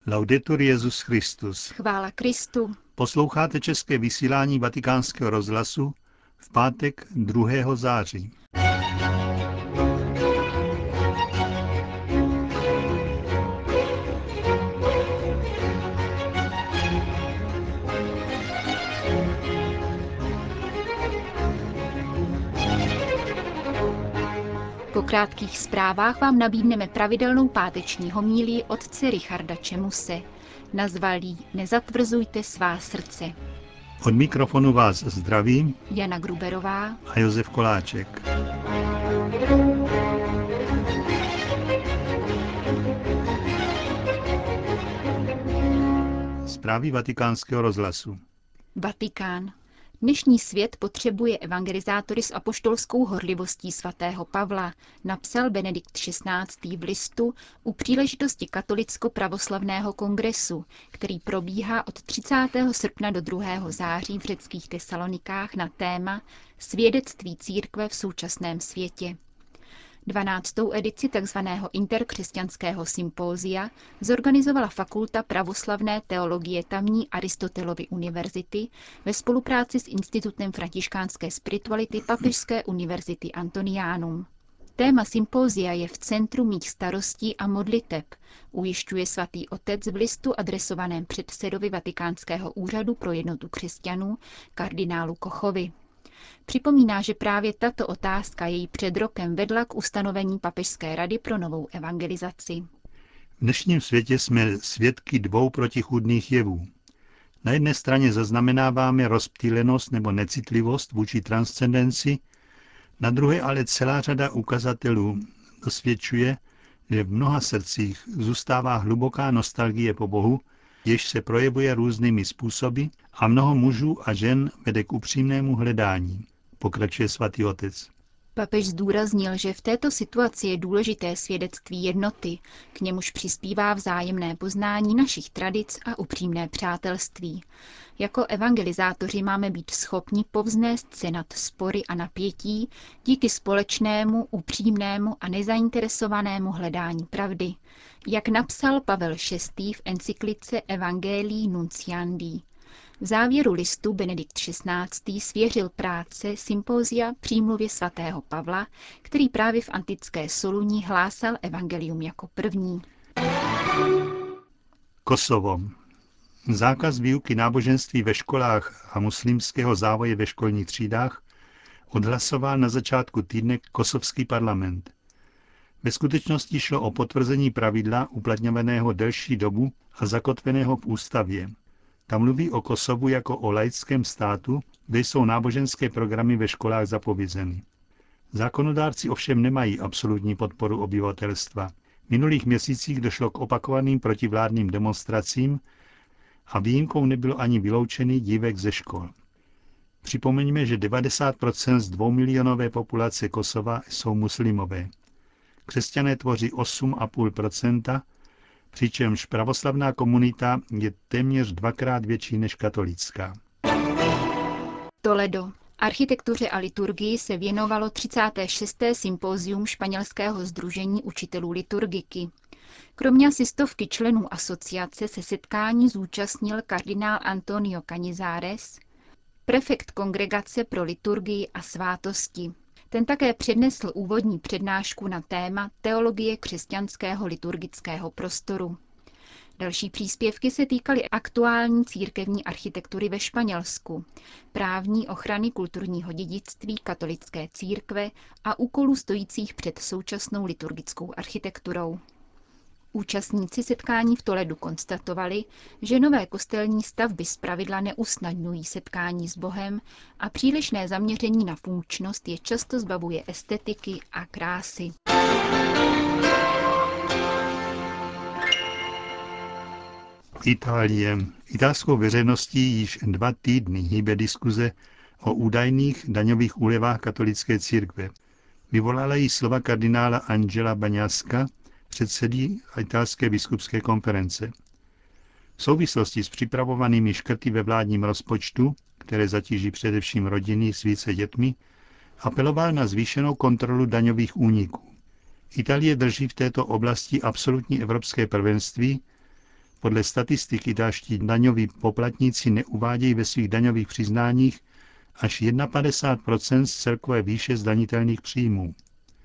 Laudetur Jesus Christus. Chvála Kristu. Posloucháte české vysílání Vatikánského rozhlasu v pátek 2. září. Po krátkých zprávách vám nabídneme pravidelnou páteční homílii otce Richarda Čemuse. Nazval jí Nezatvrzujte svá srdce. Od mikrofonu vás zdraví Jana Gruberová a Josef Koláček. Zprávy Vatikánského rozhlasu. Vatikán. Dnešní svět potřebuje evangelizátory s apoštolskou horlivostí svatého Pavla, napsal Benedikt XVI. V listu u příležitosti katolicko-pravoslavného kongresu, který probíhá od 30. srpna do 2. září v řeckých Tesalonikách na téma Svědectví církve v současném světě. 12. edici tzv. Interkřesťanského sympózia zorganizovala Fakulta pravoslavné teologie tamní Aristotelovy univerzity ve spolupráci s Institutem františkánské spirituality Papežské univerzity Antonianum. Téma sympózia je v centru mých starostí a modliteb, ujišťuje svatý otec v listu adresovaném předsedovi Vatikánského úřadu pro jednotu křesťanů kardinálu Kochovi. Připomíná, že právě tato otázka jej před rokem vedla k ustanovení Papežské rady pro novou evangelizaci. V dnešním světě jsme svědky dvou protichůdných jevů. Na jedné straně zaznamenáváme rozptýlenost nebo necitlivost vůči transcendenci, na druhé ale celá řada ukazatelů dosvědčuje, že v mnoha srdcích zůstává hluboká nostalgie po Bohu, jež se projevuje různými způsoby a mnoho mužů a žen vede k upřímnému hledání, pokračuje svatý otec. Papež zdůraznil, že v této situaci je důležité svědectví jednoty, k němuž přispívá vzájemné poznání našich tradic a upřímné přátelství. Jako evangelizátoři máme být schopni povznést se nad spory a napětí díky společnému, upřímnému a nezainteresovanému hledání pravdy, jak napsal Pavel VI. V encyklice Evangelii Nunciandi. V závěru listu Benedikt XVI. Svěřil práce sympózia přímluvě svatého Pavla, který právě v antické Soluni hlásal evangelium jako první. Kosovo. Zákaz výuky náboženství ve školách a muslimského závoje ve školních třídách odhlasoval na začátku týdne kosovský parlament. Ve skutečnosti šlo o potvrzení pravidla uplatňovaného delší dobu a zakotveného v ústavě. Tam mluví o Kosovu jako o laickém státu, kde jsou náboženské programy ve školách zapovězeny. Zákonodárci ovšem nemají absolutní podporu obyvatelstva. V minulých měsících došlo k opakovaným protivládním demonstracím a výjimkou nebylo ani vyloučený dívek ze škol. Připomeňme, že 90% z 2milionové populace Kosova jsou muslimové. Křesťané tvoří 8,5%, přičemž pravoslavná komunita je téměř dvakrát větší než katolická. Toledo. Architektuře a liturgii se věnovalo 36. sympózium španělského sdružení učitelů liturgiky. Kromě asi stovky členů asociace se setkání zúčastnil kardinál Antonio Cañizares, prefekt Kongregace pro liturgii a svátosti. Ten také přednesl úvodní přednášku na téma teologie křesťanského liturgického prostoru. Další příspěvky se týkaly aktuální církevní architektury ve Španělsku, právní ochrany kulturního dědictví katolické církve a úkolů stojících před současnou liturgickou architekturou. Účastníci setkání v Toledu konstatovali, že nové kostelní stavby zpravidla neusnadňují setkání s Bohem a přílišné zaměření na funkčnost je často zbavuje estetiky a krásy. Itálie. Italskou veřejností již 2 týdny hýbe diskuze o údajných daňových úlevách katolické církve. Vyvolala jí slova kardinála Angela Bagnaska, předsedy italské biskupské konference. V souvislosti s připravovanými škrty ve vládním rozpočtu, které zatíží především rodiny s více dětmi, apeloval na zvýšenou kontrolu daňových úniků. Itálie drží v této oblasti absolutní evropské prvenství, Podle statistiky italští daňoví poplatníci neuvádějí ve svých daňových přiznáních až 51% z celkové výše zdanitelných příjmů.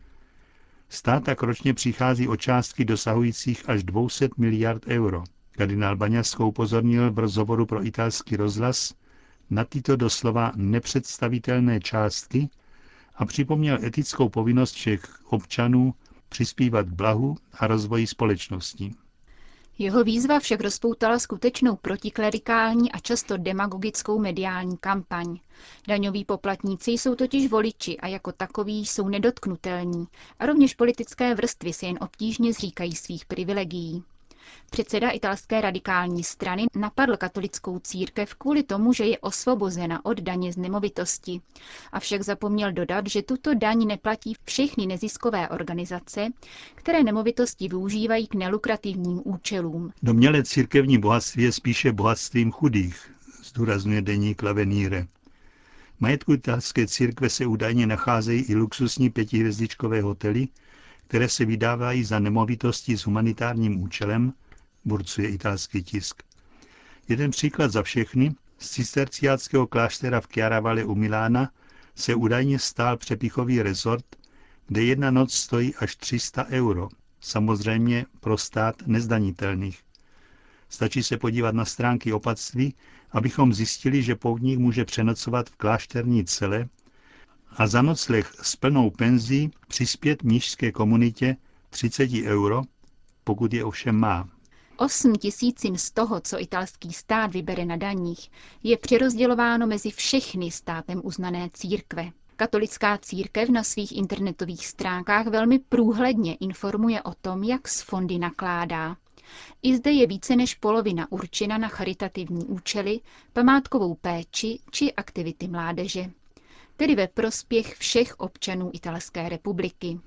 Stát tak ročně přichází o částky dosahujících až 200 miliard euro. Kardinál Baňasko upozornil v rozhovoru pro italský rozhlas na tyto doslova nepředstavitelné částky a připomněl etickou povinnost všech občanů přispívat k blahu a rozvoji společnosti. Jeho výzva však rozpoutala skutečnou protiklerikální a často demagogickou mediální kampaň. Daňoví poplatníci jsou totiž voliči a jako takoví jsou nedotknutelní a rovněž politické vrstvy se jen obtížně zříkají svých privilegií. Předseda italské radikální strany napadl katolickou církev kvůli tomu, že je osvobozena od daně z nemovitosti. Avšak zapomněl dodat, že tuto daň neplatí všechny neziskové organizace, které nemovitosti využívají k nelukrativním účelům. Domnělé církevní bohatství je spíše bohatstvím chudých, zdůrazňuje deník L'Avvenire. V majetku italské církve se údajně nacházejí i luxusní 5hvězdičkové hotely, které se vydávají za nemovitosti s humanitárním účelem, burcuje italský tisk. Jeden příklad za všechny, z cisterciáckého kláštera v Chiaravalle u Milána se údajně stál přepichový rezort, kde jedna noc stojí až 300 euro, samozřejmě pro stát nezdanitelných. Stačí se podívat na stránky opatství, abychom zjistili, že poutník může přenocovat v klášterní cele a za nocleh s plnou penzí přispět mnišské komunitě 30 euro, pokud je ovšem má. 8 000 z toho, co italský stát vybere na daních, je přerozdělováno mezi všechny státem uznané církve. Katolická církev na svých internetových stránkách velmi průhledně informuje o tom, jak s fondy nakládá. I zde je více než polovina určena na charitativní účely, památkovou péči či aktivity mládeže, tedy ve prospěch všech občanů Italské republiky.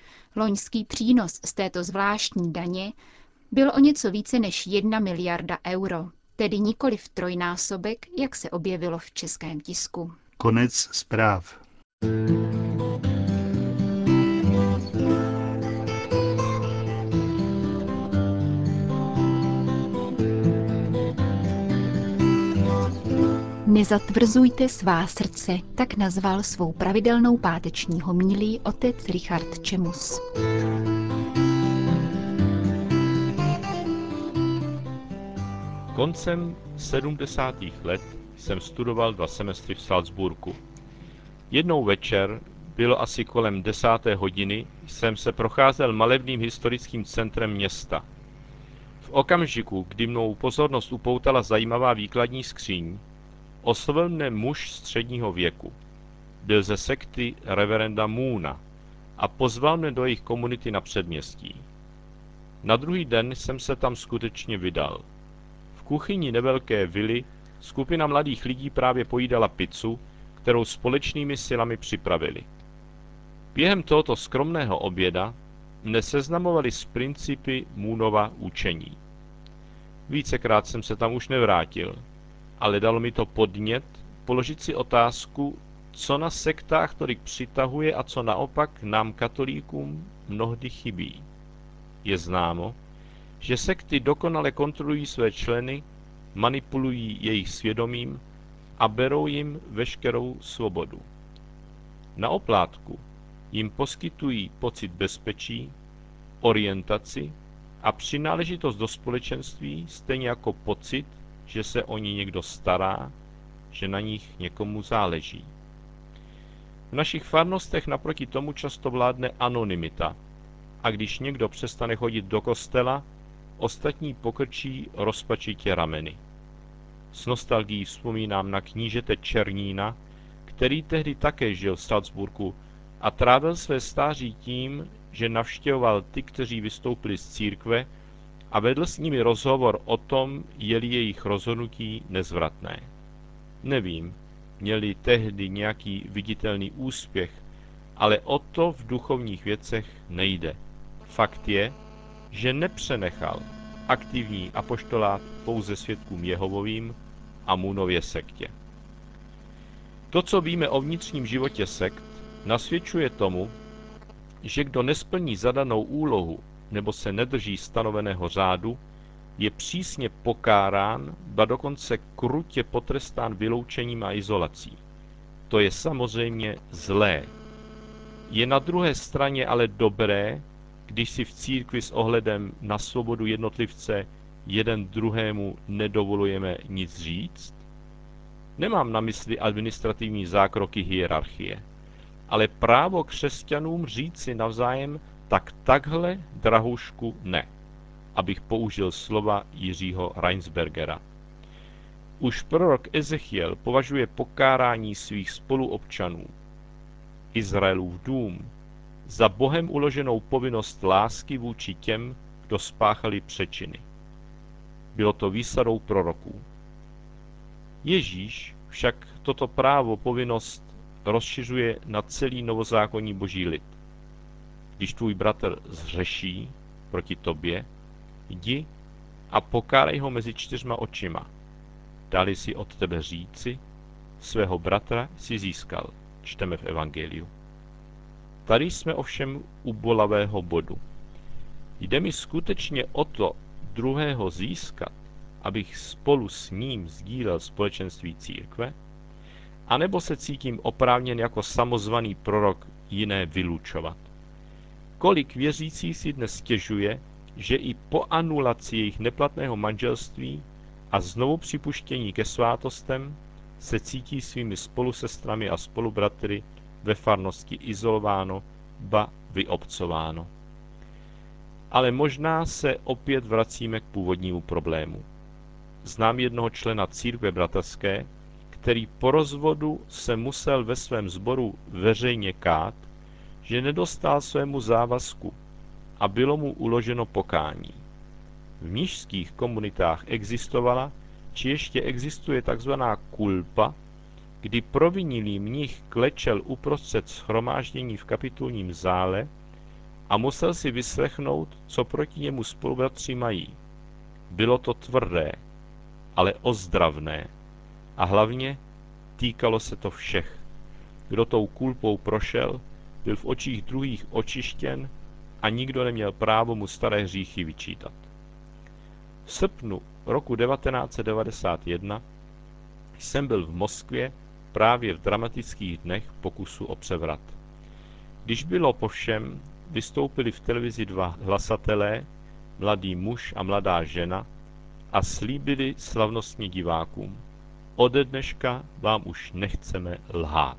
Loňský přínos z této zvláštní daně byl o něco více než 1 miliarda euro, tedy nikoliv trojnásobek, jak se objevilo v českém tisku. Konec zpráv. Nezatvrzujte svá srdce, tak nazval svou pravidelnou páteční homílii otec Richard Čemus. Koncem 70. let jsem studoval 2 semestry v Salzburgu. Jednou večer, bylo asi kolem 10. hodiny, jsem se procházel malebným historickým centrem města. V okamžiku, kdy mnou pozornost upoutala zajímavá výkladní skříň, oslovil mne muž středního věku. Byl ze sekty reverenda Moona a pozval mne do jejich komunity na předměstí. Na druhý den jsem se tam skutečně vydal. V kuchyni nevelké vily skupina mladých lidí právě pojídala pizzu, kterou společnými silami připravili. Během tohoto skromného oběda mne seznamovali s principy Moonova učení. Vícekrát jsem se tam už nevrátil, ale dalo mi to podnět položit si otázku, co na sektách tolik přitahuje a co naopak nám katolíkům mnohdy chybí. Je známo, že sekty dokonale kontrolují své členy, manipulují jejich svědomím a berou jim veškerou svobodu. Na oplátku jim poskytují pocit bezpečí, orientaci a přináležitost do společenství, stejně jako pocit, že se o ně někdo stará, že na nich někomu záleží. V našich farnostech naproti tomu často vládne anonymita a když někdo přestane chodit do kostela, ostatní pokrčí rozpačitě rameny. S nostalgií vzpomínám na knížete Černína, který tehdy také žil v Salzburgu a trávil své stáří tím, že navštěvoval ty, kteří vystoupili z církve a vedl s nimi rozhovor o tom, je-li jejich rozhodnutí nezvratné. Nevím, měli tehdy nějaký viditelný úspěch, ale o to v duchovních věcech nejde. Fakt je, že nepřenechal aktivní apoštolát pouze svědkům Jehovovým a Moonově sektě. To, co víme o vnitřním životě sekt, nasvědčuje tomu, že kdo nesplní zadanou úlohu nebo se nedrží stanoveného řádu, je přísně pokárán, ba dokonce krutě potrestán vyloučením a izolací. To je samozřejmě zlé. Je na druhé straně ale dobré, když si v církvi s ohledem na svobodu jednotlivce jeden druhému nedovolujeme nic říct? Nemám na mysli administrativní zákroky hierarchie, ale právo křesťanům říci navzájem tak takhle, drahoušku, ne, abych použil slova Jiřího Reinsbergera. Už prorok Ezechiel považuje pokárání svých spoluobčanů, Izraelův dům, za Bohem uloženou povinnost lásky vůči těm, kdo spáchali přečiny. Bylo to výsadou proroků. Ježíš však toto právo povinnost rozšiřuje na celý novozákonní boží lid. Když tvůj bratr zhřeší proti tobě, jdi a pokárej ho mezi 4 očima. Dali si od tebe říci, svého bratra si získal, čteme v Evangeliu. Tady jsme ovšem u bolavého bodu. Jde mi skutečně o to druhého získat, abych spolu s ním sdílel společenství církve, anebo se cítím oprávněn jako samozvaný prorok jiné vylučovat. Kolik věřících si dnes stěžuje, že i po anulaci jejich neplatného manželství a znovu připuštění ke svátostem se cítí svými spolusestrami a spolubratry ve farnosti izolováno, ba vyobcováno. Ale možná se opět vracíme k původnímu problému. Znám jednoho člena církve bratrské, který po rozvodu se musel ve svém sboru veřejně kát, že nedostal svému závazku a bylo mu uloženo pokání. V mnišských komunitách existovala, či ještě existuje takzvaná kulpa, kdy provinilý mnich klečel uprostřed shromáždění v kapitulním zále a musel si vyslechnout, co proti němu spolubratři mají. Bylo to tvrdé, ale ozdravné a hlavně týkalo se to všech. Kdo tou kulpou prošel, byl v očích druhých očištěn a nikdo neměl právo mu staré hříchy vyčítat. V srpnu roku 1991 jsem byl v Moskvě právě v dramatických dnech pokusu o převrat. Když bylo po všem, vystoupili v televizi 2 hlasatelé, mladý muž a mladá žena, a slíbili slavnostně divákům: ode dneška vám už nechceme lhát.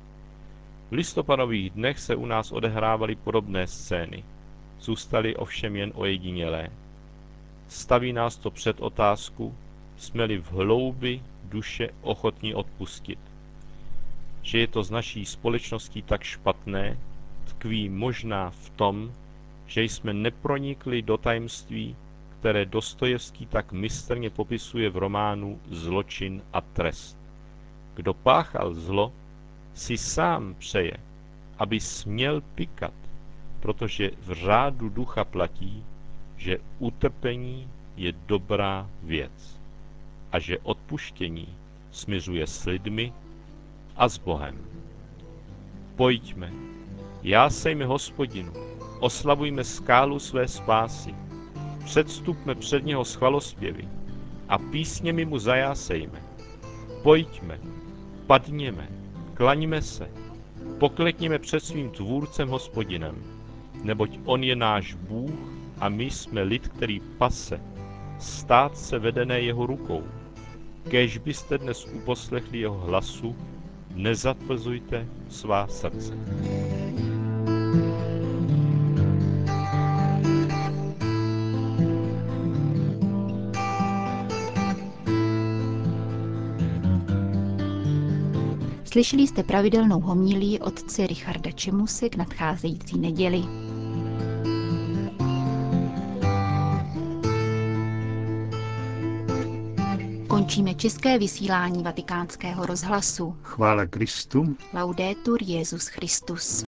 V listopadových dnech se u nás odehrávaly podobné scény. Zůstaly ovšem jen ojedinělé. Staví nás to před otázku, jsme-li v hloubi duše ochotní odpustit. Že je to z naší společností tak špatné, tkví možná v tom, že jsme nepronikli do tajemství, které Dostojevský tak mistrně popisuje v románu Zločin a trest. Kdo páchal zlo, si sám přeje, aby směl pykat, protože v řádu ducha platí, že utrpení je dobrá věc a že odpuštění smiřuje s lidmi a s Bohem. Pojďme, jásejme Hospodinu, oslavujme skálu své spásy, předstupme před něho s chvalospěvy a písněmi mu zajásejme. Pojďme, padněme, klaňme se, poklekněme před svým tvůrcem Hospodinem, neboť on je náš Bůh a my jsme lid, který pase, stát se vedené jeho rukou. Kéž byste dnes uposlechli jeho hlasu, nezatvrzujte svá srdce. Slyšeli jste pravidelnou homílii otce Richarda Čemuse k nadcházející neděli. Končíme české vysílání Vatikánského rozhlasu. Chvála Kristu. Laudetur Jesus Christus.